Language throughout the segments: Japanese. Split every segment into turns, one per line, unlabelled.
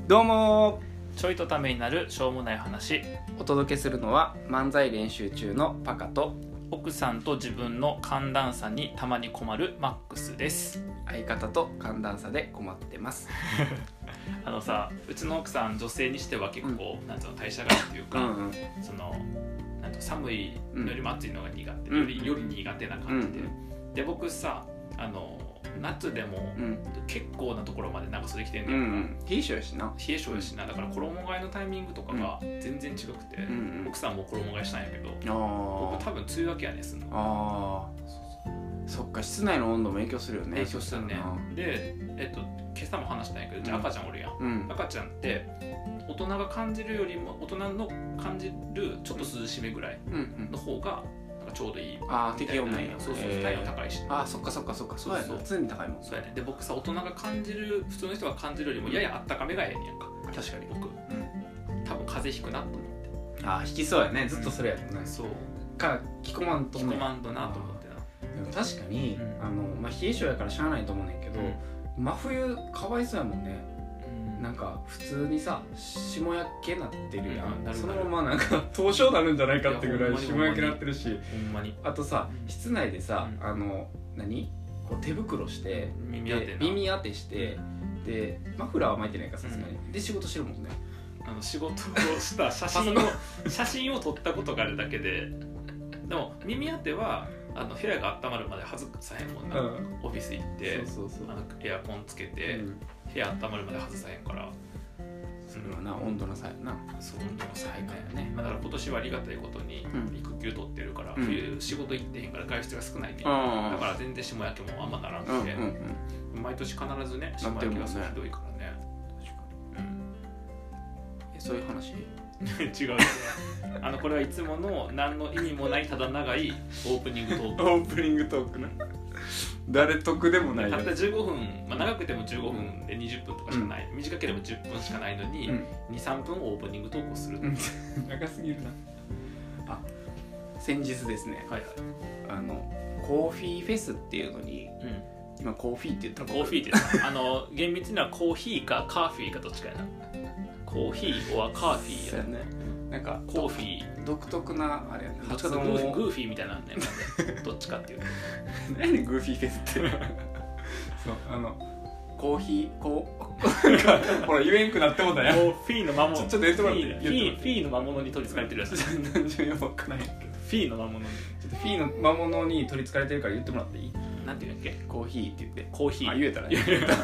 どうも
ちょいとためになるしょうもない話。
お届けするのは漫才練習中のパカと
奥さんと自分の寒暖差にたまに困るマックスです。
相方と寒暖差で困ってます
さ、うちの奥さん女性にしては結構、なんていうの、代謝がいいっていうか、そのなんて寒いのよりも暑いのが苦手、より苦手な感じで、で僕さ夏でも結構なところまで長袖着てんねんから、
冷え性やしな
だから衣替えのタイミングとかが全然違くて、奥さんも衣替えしたんやけど、僕多分梅雨明けやねすんの。
そっか、室内の温度も影響するよね。
影響するね。で、今朝も話したんやけど、じゃあ赤ちゃんおるやん、赤ちゃんって大人が感じるよりも大人の感じるちょっと涼しめぐらいの方がちょうどいい。
適温なんや。
そうそう、体温高いし。
そっか。そうやな。常に高いもん。
そうやね。で僕さ、大人が感じる、普通の人が感じるよりもややあったかめがええねやんか。
確かに
僕、多分風邪ひくなと思って。
引きそうやね。ずっとそれやもんね。
そう
か着込まんとね。
着込まんとなと思ってな。
でも確かに冷え性やからしゃあないと思うねんけど、真冬かわいそうやもんね。なんか普通にさ、霜焼けなってるやん、そのままなんか凍傷なるんじゃないかってぐらい霜焼けなってるし、あとさ、室内でさ、こう手袋して耳当てして、でマフラーは巻いてないからさすがに、で仕事してるもんね。
仕事をした写真を撮ったことがあるだけで、でも耳当ては部屋が温まるまで外さへんもんな、オフィス行ってエアコンつけて、部屋温まるまで外さへんから。
それはな、温度の差やな。
そう、温度の差やね。だから今年はありがたいことに育休取ってるから、冬仕事行ってへんから外出が少ないね。だから全然霜焼けもあんまならんくて、毎年必ずね、霜焼けがひどいからね。
そういう話
違うこれはいつもの何の意味もないただ長いオープニングトーク。
オープニングトークな。誰得でもないやつ。
たった15分、長くても15分で20分とかしかない、短ければ10分しかないのに、2、3分オープニングトークをする。
長すぎるな。先日ですね、コーヒーフェスっていうのに、今コーヒーって言ったら
コーヒーって厳密にはコーヒーかカーフィーかどっちかやな。コーヒーはカーフィーやね。
なんか
コーヒー
独特なあれやね。
どっちかというとグーフィーみたいなね。どっちかっていうと
何でグーフィーフェスってそう、コーヒーほら言えんくなってもだよ。
フィーの魔物、
ちょっと言ってもらっていい？
フィーの魔物に取り憑かれてるやつ。
何十年も分からないけど、
フィーの魔物に
フィーの魔物に取り憑かれてるから言ってもらっていい？
なんて言うんだっけ？
コーヒーって言って。
コーヒー。
言えたら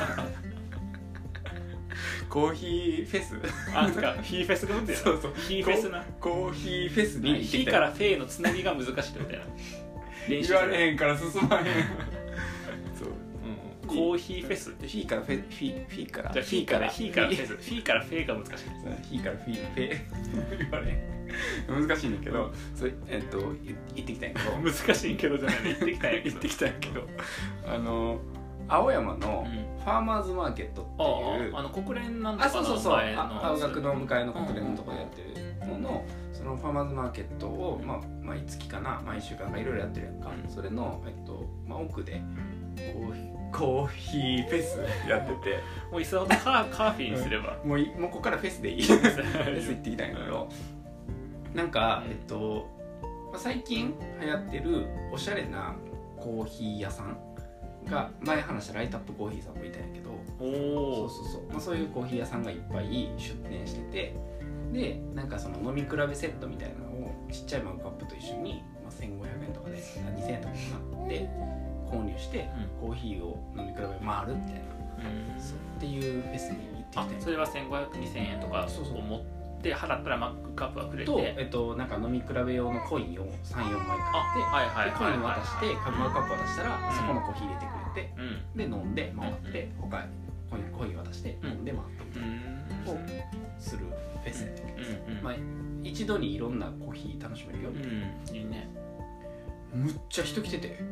コーヒーフェス。
ヒーフェスが持ってる。
そう
ヒーフェスな。
コーヒーフェスに
ヒーからフェーのつなぎが難しいみたいな。
言われへんから進まへん。そう。
コーヒーフェス。
フィーからフィから。
じゃあフィーからフェス。フィーからフェーが難しい。
フィーからフェ言われへん。難しいんだけど、それ言ってきたんやけど。
難しいけどじゃない。言ってきたんや
けど。青山のファーマーズマーケットっていう
国連なんとかの
青学の向かいの国連のところでやってるのの、そのファーマーズマーケットを毎月かな、毎週間かいろいろやってるやんか。それの奥でコーヒーフェスやってて、
もういっそカーフィーにすれば
もうここからフェスでいい。フェス行ってきたんやけど、なんか最近流行ってるおしゃれなコーヒー屋さんが、前話したライトアップコーヒーさんもいたんやけど、そういうコーヒー屋さんがいっぱい出店してて、でなんかその飲み比べセットみたいなのをちっちゃいマグカップと一緒に、1500円とかで2000円とか買って購入して、コーヒーを飲み比べ回るみたいな、っていうフェスに行ってきて、
それは1500、2000円とかを持って払ったらマグカップがくれて、
なんか飲み比べ用のコインを 3,4 枚買って、コイン渡してマグカップ渡したら、そこのコーヒー入れてくれて、で飲んで回って、他にコイン渡して飲んで回ってみたいなをするフェスやったけど、一度にいろんなコーヒー楽しめるよ。
いいね。
むっちゃ人来てて、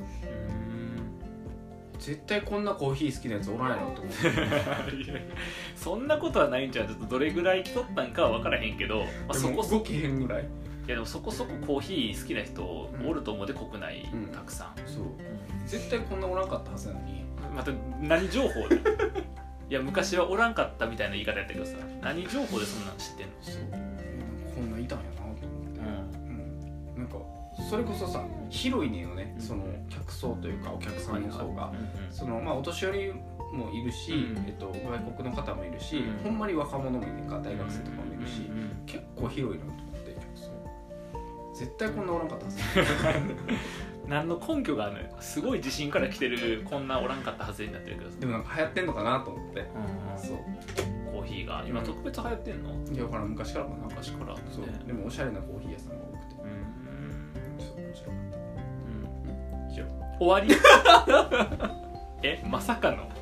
絶対こんなコーヒー好きなやつおらんやろと思って
そんなことはないんじゃん。ちょっとどれぐらい来とったんかは分からへんけど、
そこそこへんぐらい。
いやでもそこそこコーヒー好きな人おると思うで、国内たくさん。
そう、絶対こんなおらんかったはずなのに。
また何情報でいや昔はおらんかったみたいな言い方やったけどさ、何情報でそんなん知ってんの？
そうこんなんいたんやなと思って、なんかそれこそさ広いねんよね、その客層というかお客さんの層が、そのまあお年寄りもいるし、外国の方もいるし、ほんまに若者もいるか大学生とかもいるし、結構広いなと思って、絶対こんなおらんかったはず
何の根拠があるのよ。すごい自信から来てるこんなおらんかったはずになってるけど、
でもなんか流行ってんのかなと思って、そう
コーヒーが今特別流行ってんの？
いや、だから昔からかな。
昔から、ね、
そうでもおしゃれなコーヒー屋さんが多くて、そう面白かった、以上
終わりまさかの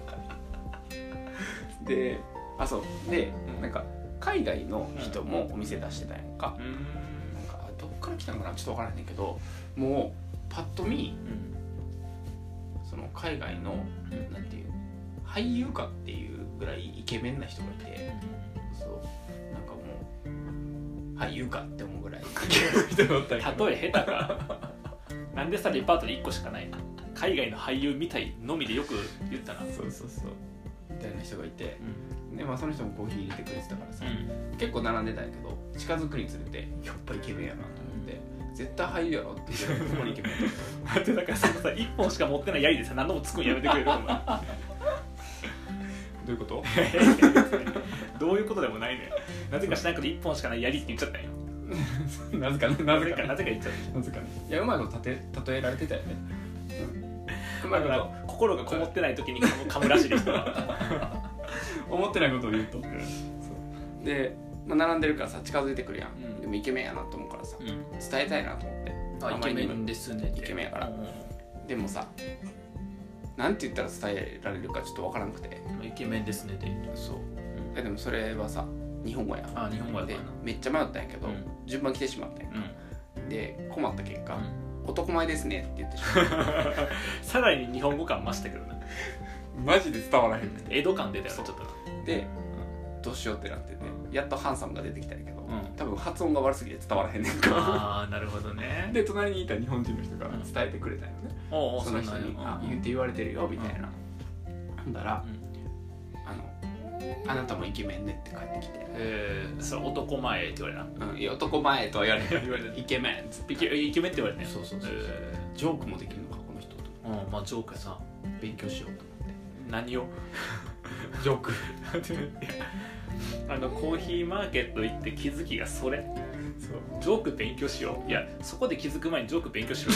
で、そうで、なんか海外の人もお店出してたやんか、なんかどっから来たのかなちょっと分からへんねんけど、もうパッと見、その海外の、なんていう俳優かっていうぐらいイケメンな人がいて、そうなんかもう俳優かって思うぐらいイケメンな人がおったんやけど、
例え下手かなんでさレパートリー1個しかないの？海外の俳優みたいのみでよく言ったな。
そうみたいな人がいて、でまあその人もコーヒー入れてくれてたからさ、結構並んでたんやけど、近づくにつれてやっぱイケメンやなと思って、絶対俳優やろって言って、ここにイケメン
だってだからさ1本しか持ってない槍でさ何度もつくんやめてくれるお前
どういうこと
どういうことでもないね。なぜかしなくて1本しかない槍って言っちゃったんよ
なぜか言っちゃった。
なぜかね。
いや、うまいこと例えられてたよね、うまいこと
心がこもってない時に噛むらしい人は
思ってないことを言うと、そうで、まあ、並んでるからさ近づいてくるやん、でもイケメンやなと思うからさ、伝えたいなと思って、
イケメンですね、
イケメンやから、でもさなんて言ったら伝えられるかちょっとわからなくて、
イケメンですねで、
そう、でもそれはさ日本語や、
日本語や
でめっちゃ迷ったんやけど、順番来てしまったんや、で困った結果、男前ですねって言ってしまった
さらに日本語感増したけどな、
マジで伝わらへんくて、
江戸感出たよねちょっと。
でどうしようってなってて、やっとハンサムが出てきたんやけど、多分発音が悪すぎて伝わらへんねんか。
ああなるほどね。
で隣にいた日本人の人が伝えてくれたよね、その人に言われてるよみたいな、ほんだら、あなたもイケメンねって帰ってきて、
それ男前って言われた。
いや男前とは言われないイケメンっつって
イケメンって言われたよ。
そうジョークもできるのかこの人と、
まあジョークやな、
勉強しようと思って。
何を
ジョーク
コーヒーマーケット行って気づきがそれ、
そう
ジョーク勉強しよう。いやそこで気づく前にジョーク勉強しろ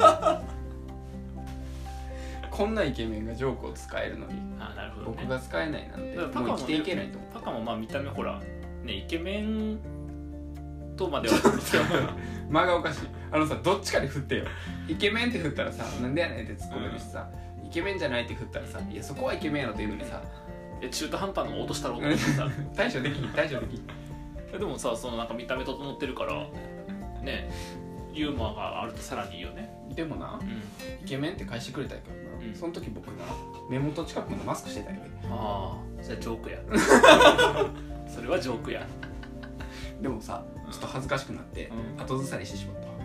こんなイケメンがジョークを使えるのに、
なるほど、ね、
僕が使えないなんてもう生きていけないと思う。
パカもまあ見た目ほらねイケメンとまでは
間がおかしい。さどっちかで振ってよ。イケメンって振ったらさなんでやねんって突っ込めるしさ、イケメンじゃないって振ったらさいやそこはイケメンやろって言うのにさ、
中途半端の落としたろうと思ってさ
対処でき
でもさそのなんか見た目整ってるからねユーモアがあるとさらにいいよね。
でもな、イケメンって返してくれたけどな、その時僕な目元近くまでマスクしてたよね。
それはジョークやそれはジョークや。
でもさちょっと恥ずかしくなって、後ずさりしてしまった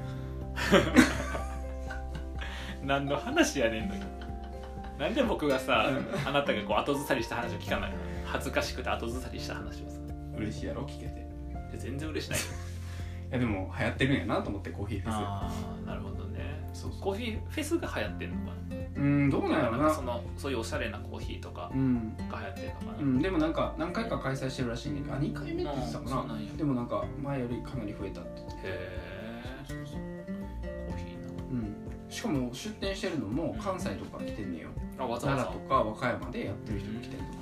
何の話やねんのよ。なんで僕がさ、あなたがこう後ずさりした話を聞かないの？恥ずかしくて後ずさりした話をさ。
嬉しいやろ聞けて。
全然嬉しないよ。
いやでも流行ってるんやなと思ってコーヒーフェス。
なるほどね。
そう
コーヒーフェスが流行ってんのかな。
どうなんやろな。
そういうおしゃれなコーヒーとかが流行ってるのかな。
でもなんか何回か開催してるらしいねんけど、2回目って言ってたかな。でもなんか前よりかなり増えたって言ってて。
コーヒーな。
しかも出店してるのも関西とか来てんねんよ。
わざわざ
奈良とか和歌山でやってる人も来てるとか。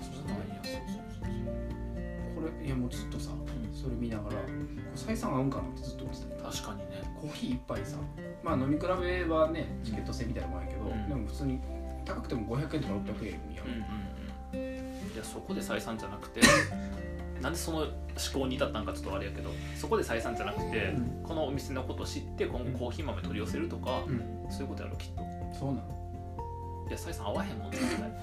これいやもうずっとさ、それ見ながら採算合うんかなってずっと思ってた。
確かにね。
コーヒー一杯さ、まあ飲み比べはねチケット制みたいなもんやけど、でも普通に高くても500円とか600円や
いやそこで採算じゃなくてなんでその思考に至ったんかちょっとあれやけど、そこで採算じゃなくて、このお店のことを知って今後コーヒー豆取り寄せるとか、そういうことやろきっと。
そうなの。
いや採算合わへんもんね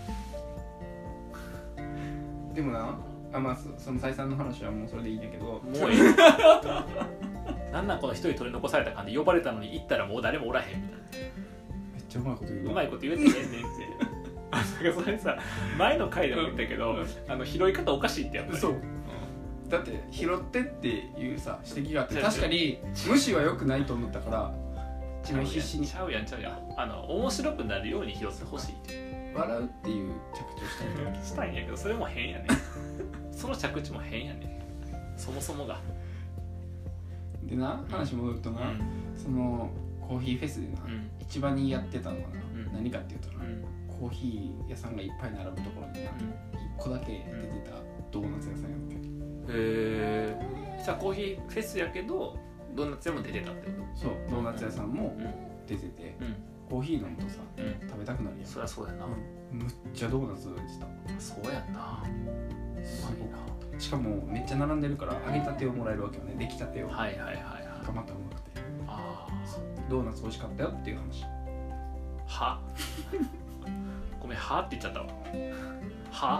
でもな、まあその採算の話はもうそれでいいんだけど、もう
いいなんこの一人取り残された感じで呼ばれたのに行ったらもう誰もおらへんみたいな。
めっちゃうまいこと言う。
うまいこと言えてねんねんってそれさ前の回でも言ったけど、拾い方おかしいってやっぱり
そう、だって拾ってっていうさ指摘があって、確かに無視は良くないと思ったから必死に
ちゃうやん面白くなるように拾ってほしいって
笑うっていう着地を
したいんやけど、それも変やねその着地も変やねそもそもが。
でな、話戻るとな、そのコーヒーフェスでな、一番にやってたのはな、何かっていうとな、コーヒー屋さんがいっぱい並ぶところにな、1個だけ出てたドーナツ屋さんやって。
へえ。じゃあコーヒーフェスやけどドーナツ屋も出てたってこと？
そう、ドーナツ屋さんも出てて、コーヒー飲むとさ、食べたくなるやん。
そりゃそうやな、
むっちゃドーナツ出てた。
そうやんな、
すごいな。しかもめっちゃ並んでるから揚げたてをもらえるわけよね、出来たてを。
はいはいはいはい。
がまたうまくて、
ああ、
ドーナツ美味しかったよっていう話。
はごめん、はって言っちゃったわ。は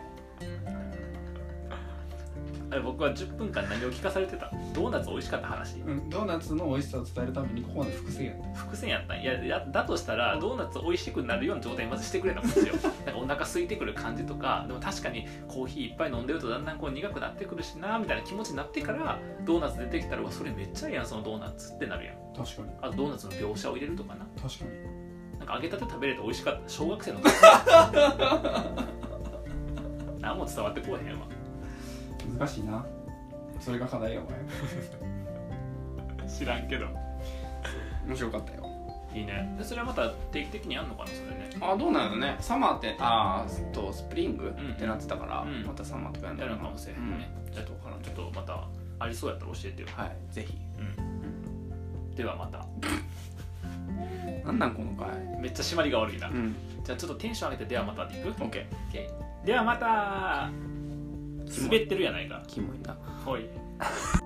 あれ、僕は10分間何を聞かされてた？ドーナツ美味しかった話、
ドーナツの美味しさを伝えるためにここまで伏線やった。
伏線やったん？いや、だとしたらドーナツ美味しくなるような状態にまずしてくれたんですよなんかお腹空いてくる感じとか、でも確かにコーヒーいっぱい飲んでるとだんだんこう苦くなってくるしなみたいな気持ちになってからドーナツ出てきたら、それめっちゃいいやんそのドーナツってなるやん。
確かに。
あとドーナツの描写を入れるとかな。
確かに。
なんか揚げたて食べれて美味しかった小学生の何も伝わってこえへんわ。
難しいな、それが課題やわ
知らんけど
面白かったよ。
いいね。でそれはまた定期的にやんのかな、それね。
あ、どうなんやろね。サマーってスプリングってなってたから、またサマーとかや
るのかもしれへんね。ちょっとまたありそうやったら教えてよ。
はい、ぜひ。
ではまた。
なんなんこの回、
めっちゃ締まりが悪いな。じゃあちょっとテンション上げてではまたでいく？
OK。
ではまた。滑ってるやないか。
キモいな。
ほい。